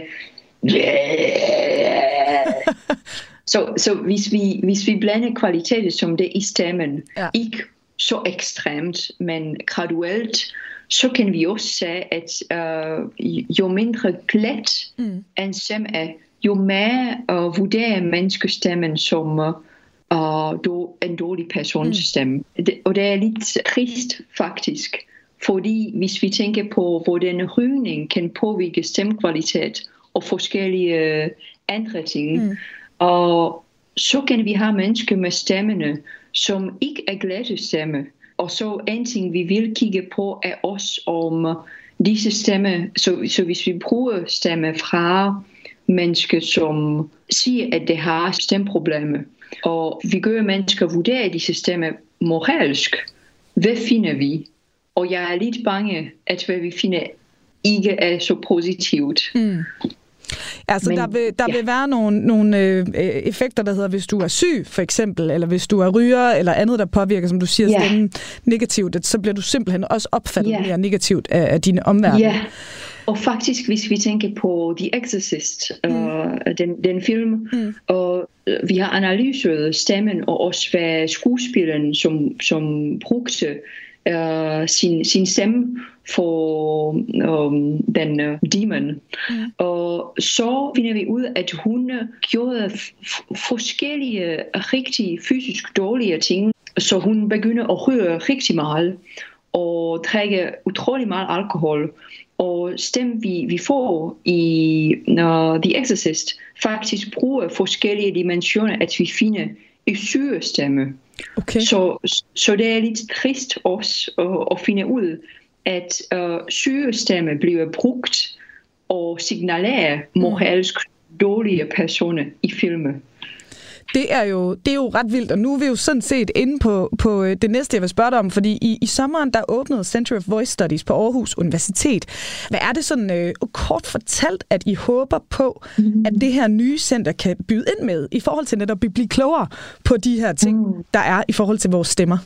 så, så hvis vi, hvis vi blander kvaliteten som det i stemmen, ja. Ikke så ekstremt, men graduelt, så kan vi også sige, at uh, jo mindre glat mm. en stemme er, jo mere uh, vurderer menneskestemmen som uh, do, en dårlig persons stemme. Mm. Det, og det er lidt trist faktisk, fordi hvis vi tænker på, hvordan rygning kan påvirke stemmekvalitet og forskellige uh, andre ting, mm. og så kan vi have mennesker med stemmerne, som ikke er glatte stemme. Og så en ting, vi vil kigge på, er også om disse stemme, så, så hvis vi bruger stemme fra mennesker, som siger, at det har stemmeproblemer, og vi gør mennesker vurdere disse stemmer moralsk, hvad finder vi? Og jeg er lidt bange, at hvad vi finder ikke er så positivt. Mm. Altså, Men, der, vil, der ja. vil være nogle, nogle øh, effekter, der hedder, hvis du er syg, for eksempel, eller hvis du er ryger, eller andet, der påvirker, som du siger, ja. stemmen negativt, så bliver du simpelthen også opfattet ja. mere negativt af, af dine omverden. Ja, og faktisk, hvis vi tænker på The Exorcist, mm. øh, den, den film, mm. og vi har analyseret stemmen, og også hvad skuespilleren, som, som brugte Uh, sin, sin stemme for um, den uh, demon. Mm. Og så finder vi ud, at hun gjorde f- forskellige rigtig fysisk dårlige ting, så hun begynder at ryge rigtig meget og drikke utrolig meget alkohol. Og stemmen vi, vi får i uh, The Exorcist faktisk bruger forskellige dimensioner, at vi finder i sygestemme. Okay. Så, så det er lidt trist også at, at finde ud, at uh, sygestemme bliver brugt og signalerer moralsk dårlige personer i filmen. Det er, jo, det er jo ret vildt, og nu er vi jo sådan set inde på, på det næste, jeg vil spørge dig om, fordi i, i sommeren, der åbnede Center of Voice Studies på Aarhus Universitet. Hvad er det sådan øh, kort fortalt, at I håber på, mm. at det her nye center kan byde ind med, i forhold til netop at blive klogere på de her ting, mm. der er i forhold til vores stemmer?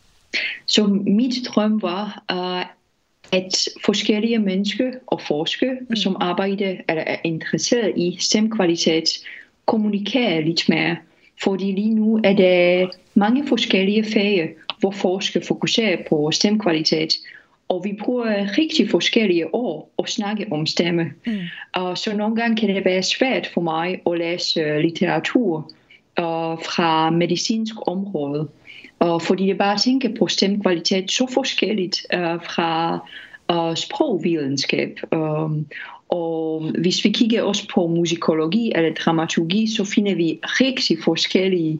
Så mit drøm var, uh, at forskellige mennesker og forskere, mm. som arbejder eller er interesseret i stemkvalitet, kommunikerer lidt mere. Fordi lige nu er der mange forskellige fag, hvor forskere fokuserer på stemkvalitet, og vi bruger rigtig forskellige år at snakke om stemme. Mm. Og så nogle gange kan det være svært for mig at læse litteratur uh, fra medicinsk område, og fordi jeg bare tænker på stemkvalitet så forskelligt uh, fra uh, sprogvidenskab. Um, Og hvis vi kigger også på musikologi eller dramaturgi, så finder vi rigtig forskellige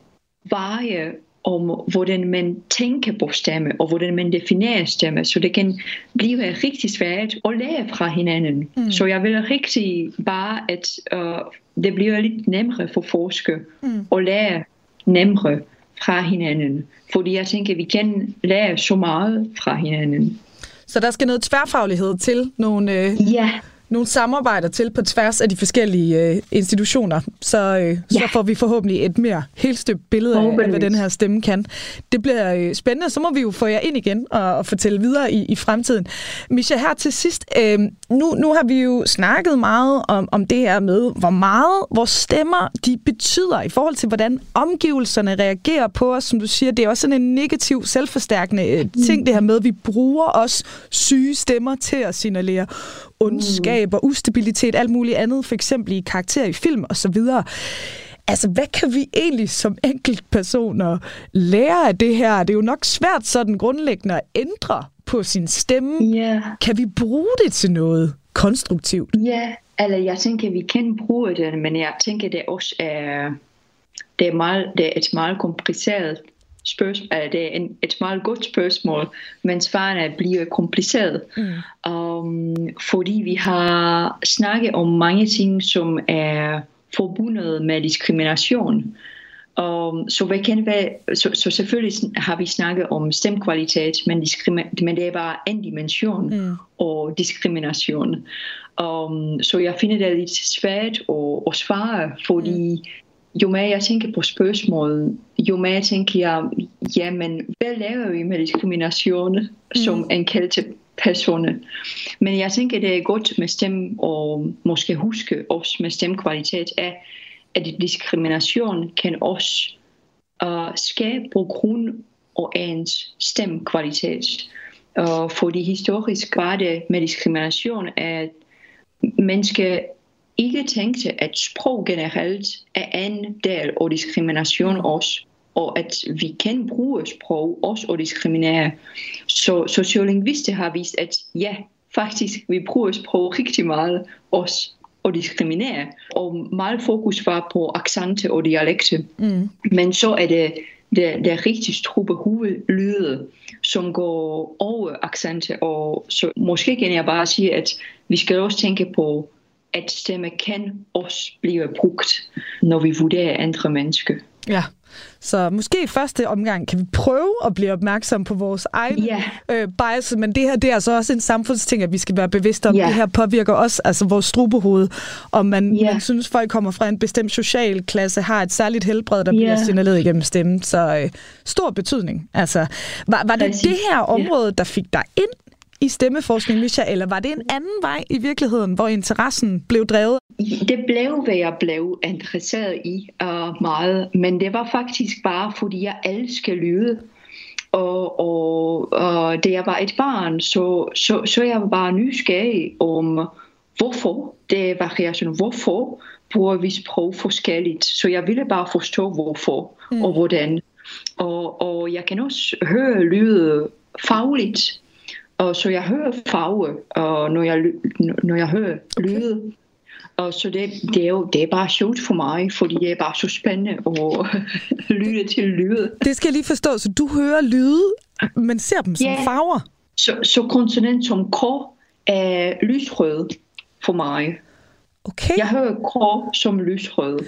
veje om, hvordan man tænker på stemme, og hvordan man definerer stemme. Så det kan blive rigtig svært at lære fra hinanden. Mm. Så jeg vil rigtig bare, at uh, det bliver lidt nemmere for forskere mm. at lære nemmere fra hinanden. Fordi jeg tænker, at vi kan lære så meget fra hinanden. Så der skal noget tværfaglighed til, nogle, øh, ja. nogle samarbejder til på tværs af de forskellige øh, institutioner, så, øh, ja. så får vi forhåbentlig et mere helstøbt billede af, af, hvad den her stemme kan. Det bliver øh, spændende, så må vi jo få jer ind igen og, og fortælle videre i, i fremtiden. Misha, her til sidst, øh, nu, nu har vi jo snakket meget om, om det her med, hvor meget vores stemmer de betyder i forhold til, hvordan omgivelserne reagerer på os. Som du siger, det er også sådan en negativ, selvforstærkende øh, ting, det her med, at vi bruger også syge stemmer til at signalere ondskab og ustabilitet, alt muligt andet, for eksempel i karakterer i film og så videre. Altså, hvad kan vi egentlig som enkeltpersoner lære af det her? Det er jo nok svært sådan grundlæggende at ændre på sin stemme. Yeah. Kan vi bruge det til noget konstruktivt? Ja, yeah. eller jeg tænker, vi kan bruge det, men jeg tænker, det også er, det er, meget, det er et meget kompliceret spørgsmål. Det er en, et meget godt spørgsmål, men svarene bliver kompliceret. Mm. Um, fordi vi har snakket om mange ting, som er forbundet med diskrimination. Um, så, hvad kan være, så, så selvfølgelig har vi snakket om stemkvalitet, men, men det er bare en dimension mm. og diskrimination. Um, så jeg finder det lidt svært at, at svare, fordi mm. jo mere jeg tænker på spørgsmålet, jo mere tænker jeg, jamen, hvad laver vi med diskrimination mm. som enkelte personer? Men jeg tænker, det er godt med stemme, og måske huske også med stemkvalitet, er, at diskrimination kan også uh, skabe på grund af ens stemkvalitet. Uh, fordi historisk var det med diskrimination, at mennesker ikke tænkte, at sprog generelt er en del af diskrimination også, og at vi kan bruge sprog også og diskriminere. Så sociolingvister har vist, at ja, faktisk vi bruger sprog rigtig meget også og diskriminere. Og meget fokus var på accenter og dialekter. Mm. Men så er det det, det rigtig store hovedlyde, som går over accenter. Og så måske kan jeg bare sige, at vi skal også tænke på, at stemme kan også blive brugt, når vi vurderer andre mennesker. Ja, Så måske i første omgang kan vi prøve at blive opmærksom på vores egne yeah. øh, bias, men det her det er altså også en samfundsting, at vi skal være bevidste om. Yeah. Det her påvirker også altså vores strubehoved, og man, yeah. man synes, folk kommer fra en bestemt social klasse, har et særligt helbred, der yeah. bliver signaleret igennem stemmen. Så øh, stor betydning. Altså, var, var det det her område, yeah. der fik dig ind i stemmeforskning, Misha, eller var det en anden vej i virkeligheden, hvor interessen blev drevet? Det blev, hvad jeg blev interesseret i uh, meget, men det var faktisk bare, fordi jeg elsker lyde. Og, og, og da jeg var et barn, så, så, så jeg var bare nysgerrig om, hvorfor det variation, hvorfor bruger vi sprog forskelligt. Så jeg ville bare forstå, hvorfor mm. og hvordan. Og, og jeg kan også høre lyde fagligt. Og så jeg hører farve, og når jeg, når jeg hører lyde. Og så det, det, er jo, det er bare sjovt for mig, fordi det er bare så spændende at lytte til lyde. Det skal jeg lige forstå. Så du hører lyde, men ser dem som yeah. farver? Så, så konsonant som K er lysrød for mig. Okay. Jeg hører K som lysrød.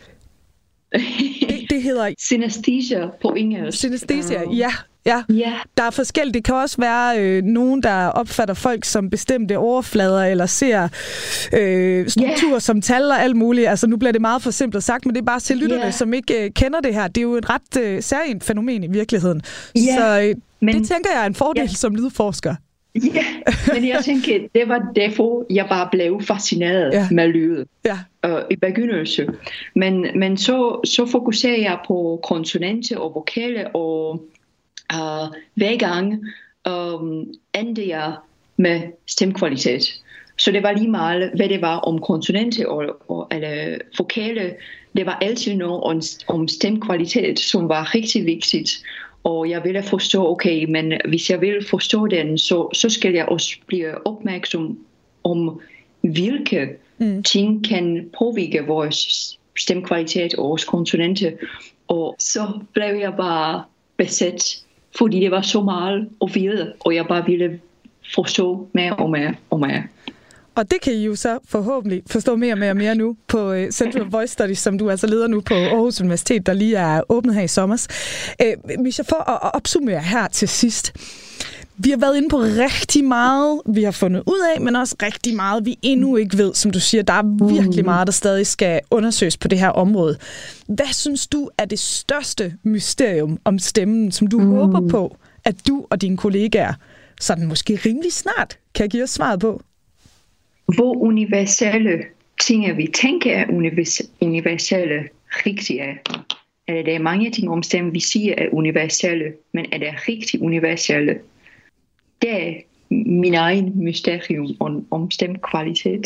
Det, det hedder... Synesthesia på engelsk. Synesthesia, uh, ja. Ja, yeah. Der er forskelligt. Det kan også være øh, nogen, der opfatter folk som bestemte overflader, eller ser øh, strukturer yeah. som tal og alt muligt. Altså nu bliver det meget for simpelt sagt, men det er bare til lytterne, yeah. som ikke øh, kender det her. Det er jo et ret øh, særligt fænomen i virkeligheden. Yeah. Så øh, men, det tænker jeg er en fordel yeah. som lydforsker. Ja, yeah. men jeg tænker, det var derfor, jeg bare blev fascineret yeah. med lydet yeah. øh, i begyndelsen. Men, men så, så fokuserer jeg på konsonanter og vokale og Uh, hver gang um, endte jeg med stemkvalitet. Så det var lige meget, hvad det var om konsonanter og, og, eller vokale. Det var altid noget om, om stemkvalitet, som var rigtig vigtigt. Og jeg ville forstå, okay, men hvis jeg vil forstå den, så, så skal jeg også blive opmærksom om, hvilke mm. ting kan påvirke vores stemkvalitet og vores konsonanter. Og så blev jeg bare besat, fordi det var så meget at vide, og jeg bare ville forstå mere og mere og mere. Og det kan I jo så forhåbentlig forstå mere og mere og mere nu på Center of Voice Studies, som du altså leder nu på Aarhus Universitet, der lige er åbnet her i sommer. Misha, for at opsummere her til sidst. Vi har været inde på rigtig meget, vi har fundet ud af, men også rigtig meget, vi endnu ikke ved. Som du siger, der er virkelig meget, der stadig skal undersøges på det her område. Hvad synes du er det største mysterium om stemmen, som du mm. håber på, at du og dine kollegaer sådan måske rimelig snart kan give os svaret på? Hvor universelle ting, vi tænker er univers- universelle, rigtigt er. Eller der er mange ting om stemmen, vi siger er universelle, men er det rigtig universelle? Det er min egen mysterium om, om stemkvalitet.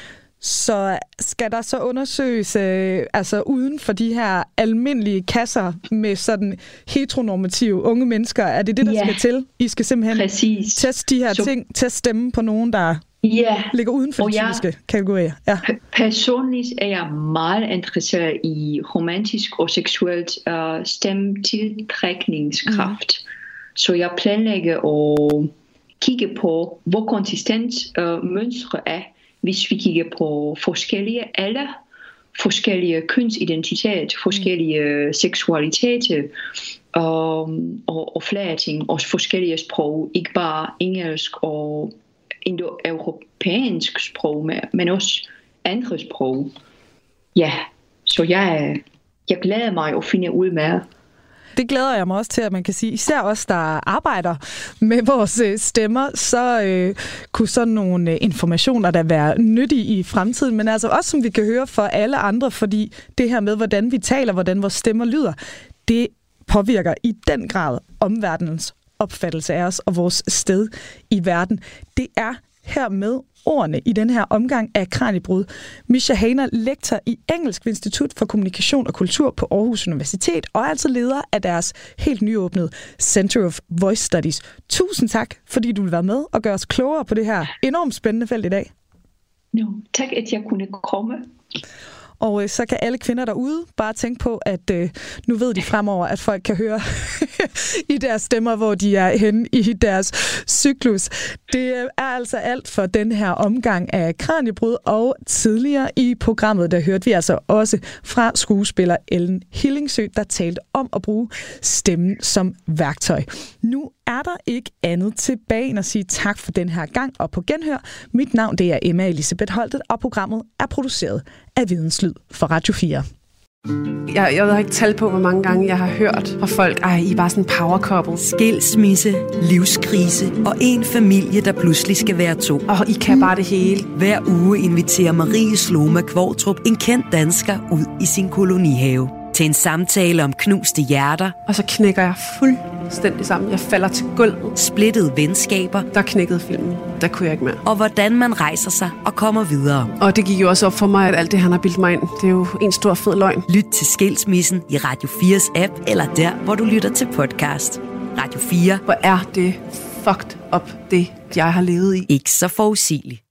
Så skal der så undersøges øh, altså uden for de her almindelige kasser med sådan heteronormative unge mennesker? Er det det, der ja, skal til? I skal simpelthen præcis. teste de her så, ting, teste stemme på nogen, der ja, ligger uden for de typiske kategorier. Ja. Personligt er jeg meget interesseret i romantisk og seksuelt uh, stemmetiltrækningskraft. Mm. Så jeg planlægger at kigge på, hvor konsistent uh, mønstre er, hvis vi kigger på forskellige alder, forskellige kønsidentitet, forskellige mm. seksualiteter um, og, og flere ting, og forskellige sprog, ikke bare engelsk og indo-europæisk sprog, men også andre sprog. Ja, så jeg, jeg glæder mig at finde ud med. Det glæder jeg mig også til, at man kan sige, især os, der arbejder med vores stemmer, så øh, kunne sådan nogle informationer der være nyttige i fremtiden, men altså også, som vi kan høre for alle andre, fordi det her med, hvordan vi taler, hvordan vores stemmer lyder, det påvirker i den grad omverdenens opfattelse af os og vores sted i verden. Det er hermed ordene i den her omgang af Kraniebrud. Misha Haner, lektor i Engelsk ved Institut for Kommunikation og Kultur på Aarhus Universitet, og er altså leder af deres helt nyåbnede Center of Voice Studies. Tusind tak, fordi du vil være med og gøre os klogere på det her enormt spændende felt i dag. No, tak, at jeg kunne komme. Og øh, så kan alle kvinder derude bare tænke på, at øh, nu ved de fremover, at folk kan høre i deres stemmer, hvor de er henne i deres cyklus. Det er altså alt for den her omgang af Kraniebrud, og tidligere i programmet, der hørte vi altså også fra skuespiller Ellen Hillingsø, der talte om at bruge stemmen som værktøj. Nu er der ikke andet tilbage end at sige tak for den her gang, og på genhør. Mit navn det er Emma Elisabeth Holtet, og programmet er produceret af Videnslyd for Radio fire. Jeg, jeg har ikke talt på, hvor mange gange jeg har hørt fra folk, ej, I er bare sådan en power couple. Skilsmisse, livskrise og en familie, der pludselig skal være to. Og I kan bare det hele. Hver uge inviterer Marie Sloma Kvortrup en kendt dansker ud i sin kolonihave til en samtale om knuste hjerter. Og så knækker jeg fuldstændig sammen. Jeg falder til gulvet. Splittede venskaber. Der knækkede filmen. Der kunne jeg ikke mere. Og hvordan man rejser sig og kommer videre. Og det gik jo også op for mig, at alt det, han har bildt mig ind, det er jo en stor fed løgn. Lyt til Skilsmissen i Radio fires app, eller der, hvor du lytter til podcast. Radio fire. Hvor er det fucked up, det jeg har levet i. Ikke så forudsigeligt.